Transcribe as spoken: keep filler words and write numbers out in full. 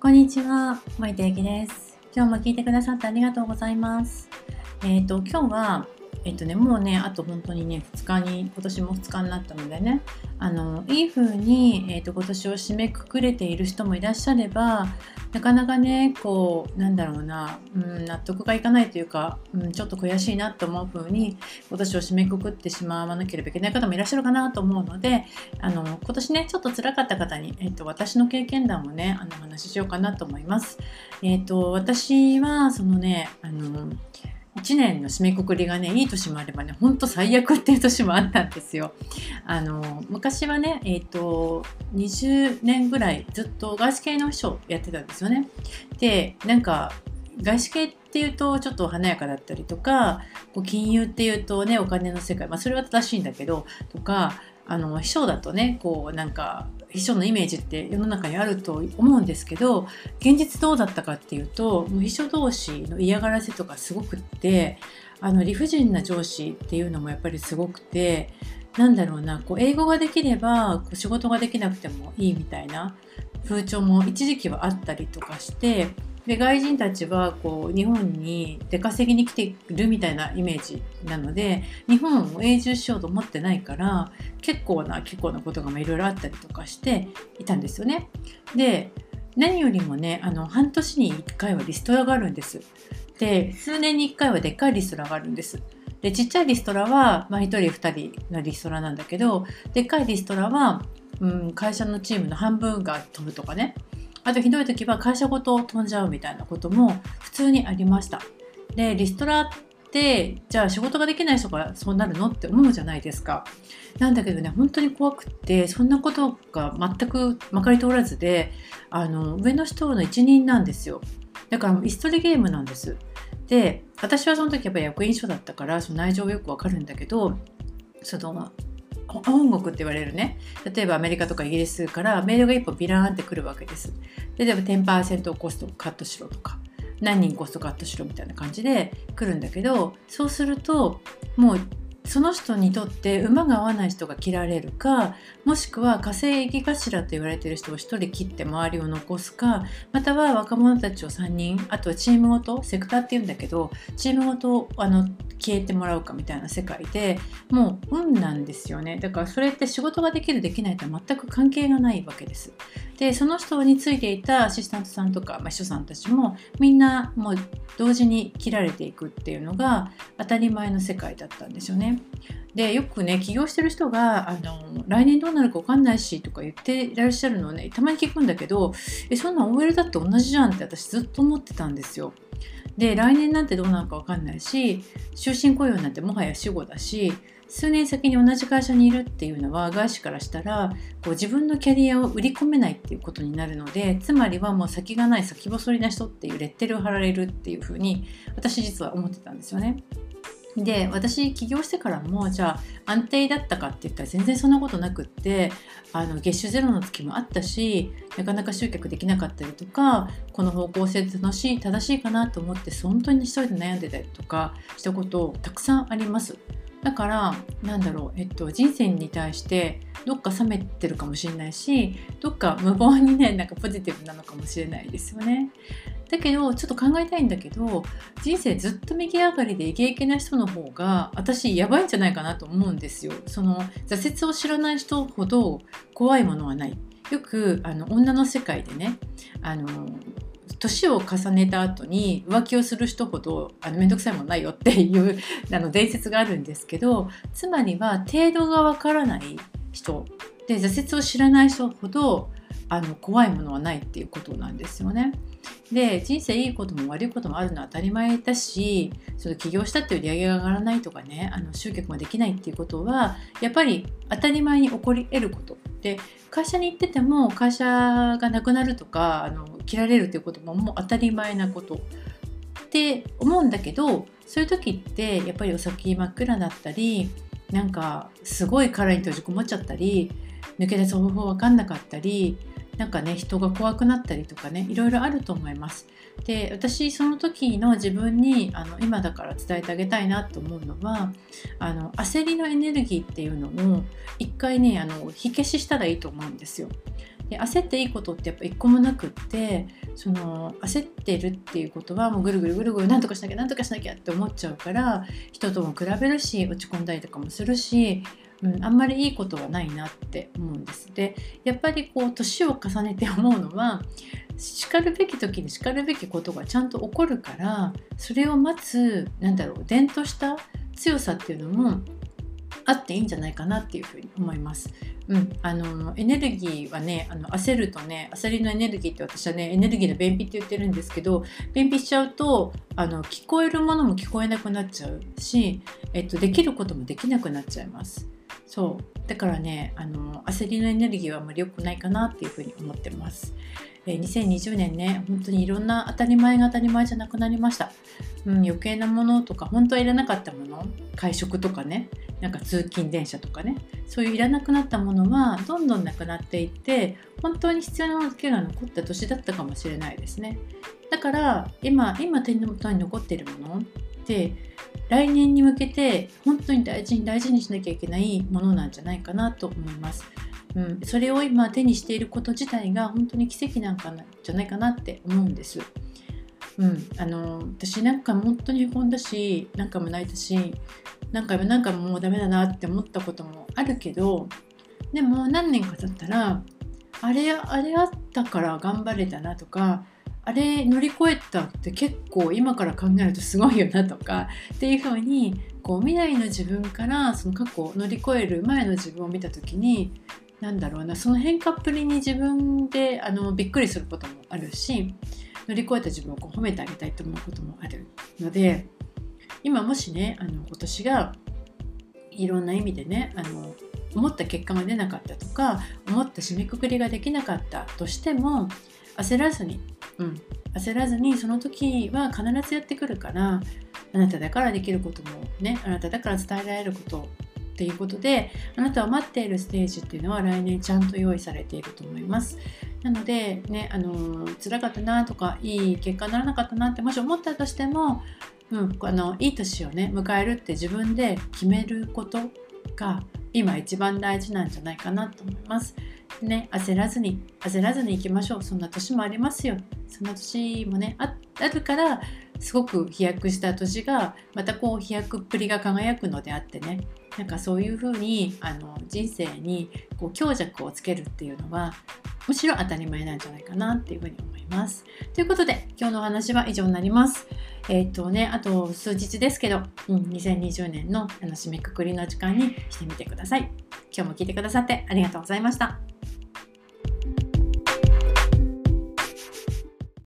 こんにちは、森田ゆきです。今日も聞いてくださってありがとうございます。えっと、今日は、えっとね、もうね、あと本当にね、ふつかに、今年もふつかになったのでね、あの、いい風に、えっと、今年を締めくくれている人もいらっしゃれば、なかなかね、こう、なんだろうな、うん、納得がいかないというか、うん、ちょっと悔しいなと思う風に、今年を締めくくってしまわなければいけない方もいらっしゃるかなと思うので、あの、今年ね、ちょっと辛かった方に、えっと、私の経験談をね、あの、お話ししようかなと思います。えっと、私は、そのね、あの、いちねんの締めくくりがね、いい年もあればね、ほんと最悪っていう年もあったんですよ。あの、昔はね、えっと、にじゅうねんぐらいずっと外資系の秘書やってたんですよね。で、なんか、外資系っていうとちょっと華やかだったりとか、こう金融っていうとね、お金の世界、まあそれは正しいんだけど、とか、あの、秘書だとね、こうなんか、秘書のイメージって世の中にあると思うんですけど、現実どうだったかっていうと、もう秘書同士の嫌がらせとかすごくって、あの理不尽な上司っていうのもやっぱりすごくて、なんだろうな、こう英語ができればこう仕事ができなくてもいいみたいな風潮も一時期はあったりとかして、で外人たちはこう日本に出稼ぎに来ているみたいなイメージなので、日本を永住しようと思ってないから、結構な結構なことがいろいろあったりとかしていたんですよね。で、何よりもね、あの半年にいっかいはリストラがあるんです。で、数年にいっかいはでっかいリストラがあるんです。で、ちっちゃいリストラは、まあ、ひとりふたりのリストラなんだけど、でっかいリストラは、うん、会社のチームの半分が飛ぶとかね、あとひどい時は会社ごと飛んじゃうみたいなことも普通にありました。で、リストラってじゃあ仕事ができない人がそうなるのって思うじゃないですか。なんだけどね、本当に怖くって、そんなことが全くまかり通らずで、あの上の人の一任なんですよ。だからもう椅子取りゲームなんです。で、私はその時やっぱり役員書だったからその内情よくわかるんだけど、その本国って言われるね、例えばアメリカとかイギリスからメールが一本ビラーンってくるわけです。例えば じゅっパーセント コストカットしろとか、何人コストカットしろみたいな感じで来るんだけど、そうするともうその人にとって馬が合わない人が切られるか、もしくは稼ぎ頭と言われている人をひとり切って周りを残すか、または若者たちをさんにん、あとはチームごと、セクターっていうんだけど、チームごとあの消えてもらうかみたいな世界で、もう運なんですよね。だからそれって仕事ができるできないとは全く関係がないわけです。で、その人についていたアシスタントさんとか、まあ、秘書さんたちもみんなもう同時に切られていくっていうのが当たり前の世界だったんですよね。で、よくね、起業してる人があの来年どうなるか分かんないしとか言っていらっしゃるのをね、たまに聞くんだけど、えそんな オーエル だって同じじゃんって私ずっと思ってたんですよ。で、来年なんてどうなるか分かんないし、終身雇用なんてもはや死後だし、数年先に同じ会社にいるっていうのは外資からしたらこう自分のキャリアを売り込めないっていうことになるので、つまりはもう先がない先細りな人っていうレッテルを貼られるっていうふうに私実は思ってたんですよね。で、私起業してからもじゃあ安定だったかって言ったら全然そんなことなくって、あの月収ゼロの月もあったし、なかなか集客できなかったりとか、この方向性で楽しい正しいかなと思って本当に一人で悩んでたりとかしたことたくさんあります。だからなんだろう、えっと、人生に対してどっか冷めてるかもしれないし、どっか無謀にね、なんかポジティブなのかもしれないですよね。だけどちょっと考えたいんだけど、人生ずっと右上がりでイケイケな人の方が私やばいんじゃないかなと思うんですよ。その挫折を知らない人ほど怖いものはない。よくあの女の世界でね、あの年を重ねた後に浮気をする人ほどあの面倒くさいもんないよっていうあの伝説があるんですけど、つまりは程度がわからない人で挫折を知らない人ほどあの怖いものはないっていうことなんですよね。で、人生いいことも悪いこともあるのは当たり前だし、その起業したって売り上げが上がらないとかね、あの集客もできないっていうことはやっぱり当たり前に起こり得ることで、会社に行ってても会社がなくなるとかあの切られるっていうことももう当たり前なことって思うんだけど、そういう時ってやっぱりお先真っ暗だったり、なんかすごい殻に閉じこもっちゃったり、抜け出す方法分かんなかったり、なんかね、人が怖くなったりとかね、いろいろあると思います。で、私その時の自分にあの今だから伝えてあげたいなと思うのは、あの焦りのエネルギーっていうのを一回ね、あの火消ししたらいいと思うんですよ。 で焦っていいことってやっぱ一個もなくって、その焦ってるっていうことはもうぐるぐるぐるぐるなんとかしなきゃなんとかしなきゃって思っちゃうから、人とも比べるし落ち込んだりとかもするし、うん、あんまりいいことはないなって思うんです。でやっぱりこう年を重ねて思うのは、しかるべき時にしかるべきことがちゃんと起こるから、それを待つなんだろう伝統した強さっていうのもあっていいんじゃないかなっていうふうに思います。うん、あのエネルギーはね、あの焦るとね、焦りのエネルギーって私はねエネルギーの便秘って言ってるんですけど、便秘しちゃうとあの聞こえるものも聞こえなくなっちゃうし、えっと、できることもできなくなっちゃいます。そうだからね、あの焦りのエネルギーはあまり良くないかなっていうふうに思ってます。えー、にせんにじゅうねんね、本当にいろんな当たり前が当たり前じゃなくなりました。うん、余計なものとか本当はいらなかったもの、会食とかね、なんか通勤電車とかね、そういういらなくなったものはどんどんなくなっていって、本当に必要なものだけが残った年だったかもしれないですね。だから今今手元に残っているものって来年に向けて本当に大事に大事にしなきゃいけないものなんじゃないかなと思います。うん、それを今手にしていること自体が本当に奇跡なんかなじゃないかなって思うんです。うん、あの私なんか本当にへこんだし、何回も泣いたし、何回も何回ももうダメだなって思ったこともあるけど、でも何年か経ったらあれあれあったから頑張れたなとか、あれ乗り越えたって結構今から考えるとすごいよなとかっていう風に、こう未来の自分からその過去を乗り越える前の自分を見た時に、なんだろうな、その変化っぷりに自分であのびっくりすることもあるし、乗り越えた自分をこう褒めてあげたいと思うこともあるので、今もしね、あの今年がいろんな意味でね、あの思った結果が出なかったとか、思った締めくくりができなかったとしても焦らずに、うん、焦らずにその時は必ずやってくるから、あなただからできることもね、あなただから伝えられることっていうことで、あなたは待っているステージっていうのは来年ちゃんと用意されていると思います。なのでね、あの辛かったなとかいい結果にならなかったなってもし思ったとしても、うん、あのいい年をね迎えるって自分で決めることが今一番大事なんじゃないかなと思います。ね、焦らずに焦らずにいきましょう。そんな年もありますよ。そんな年もね あ, あるからすごく飛躍した年がまたこう飛躍っぷりが輝くのであってね、なんかそういう風にあの人生にこう強弱をつけるっていうのはむしろ当たり前なんじゃないかなっていう風に思います。ということで今日のお話は以上になります。えーっとね、あと数日ですけど、うん、にせんにじゅうねんのあの締めくくりの時間にしてみてください。今日も聞いてくださってありがとうございました。